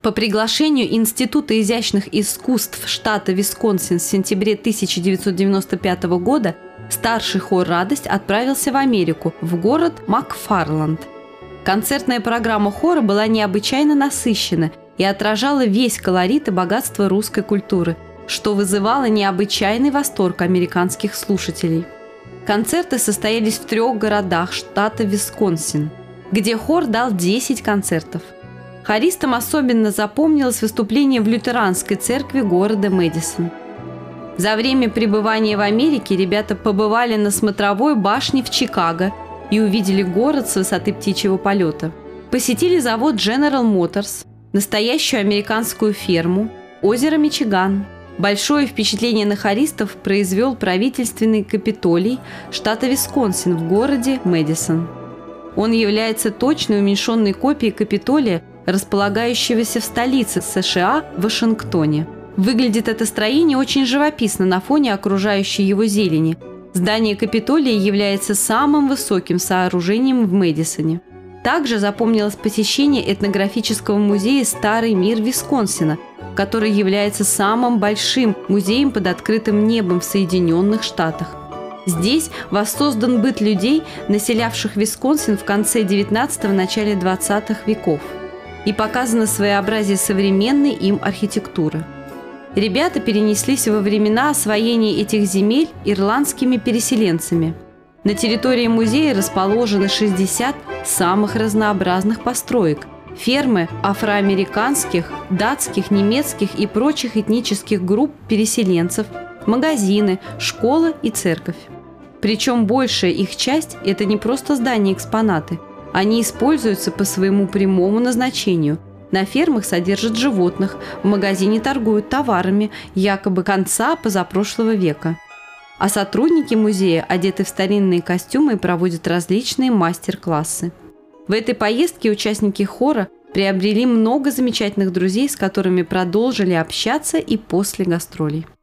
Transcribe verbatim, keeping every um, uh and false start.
По приглашению Института изящных искусств штата Висконсин в сентябре тысяча девятьсот девяносто пятого года старший хор «Радость» отправился в Америку, в город Макфарланд. Концертная программа хора была необычайно насыщена и отражала весь колорит и богатство русской культуры, что вызывало необычайный восторг американских слушателей. Концерты состоялись в трех городах штата Висконсин, где хор дал десять концертов. Хористам особенно запомнилось выступление в лютеранской церкви города Мэдисон. За время пребывания в Америке ребята побывали на смотровой башне в Чикаго и увидели город с высоты птичьего полета. Посетили завод General Motors, настоящую американскую ферму, озеро Мичиган. Большое впечатление на хористов произвел правительственный Капитолий штата Висконсин в городе Мэдисон. Он является точной уменьшенной копией Капитолия, располагающегося в столице США Вашингтоне. Выглядит это строение очень живописно на фоне окружающей его зелени. Здание Капитолия является самым высоким сооружением в Мэдисоне. Также запомнилось посещение этнографического музея «Старый мир Висконсина», который является самым большим музеем под открытым небом в Соединенных Штатах. Здесь воссоздан быт людей, населявших Висконсин в конце девятнадцатого – начале двадцатых веков, и показано своеобразие современной им архитектуры. Ребята перенеслись во времена освоения этих земель ирландскими переселенцами. На территории музея расположены шестьдесят самых разнообразных построек, фермы афроамериканских, датских, немецких и прочих этнических групп переселенцев, магазины, школа и церковь. Причем большая их часть – это не просто здания-экспонаты. Они используются по своему прямому назначению. На фермах содержат животных, в магазине торгуют товарами, якобы конца позапрошлого века. А сотрудники музея одеты в старинные костюмы и проводят различные мастер-классы. В этой поездке участники хора приобрели много замечательных друзей, с которыми продолжили общаться и после гастролей.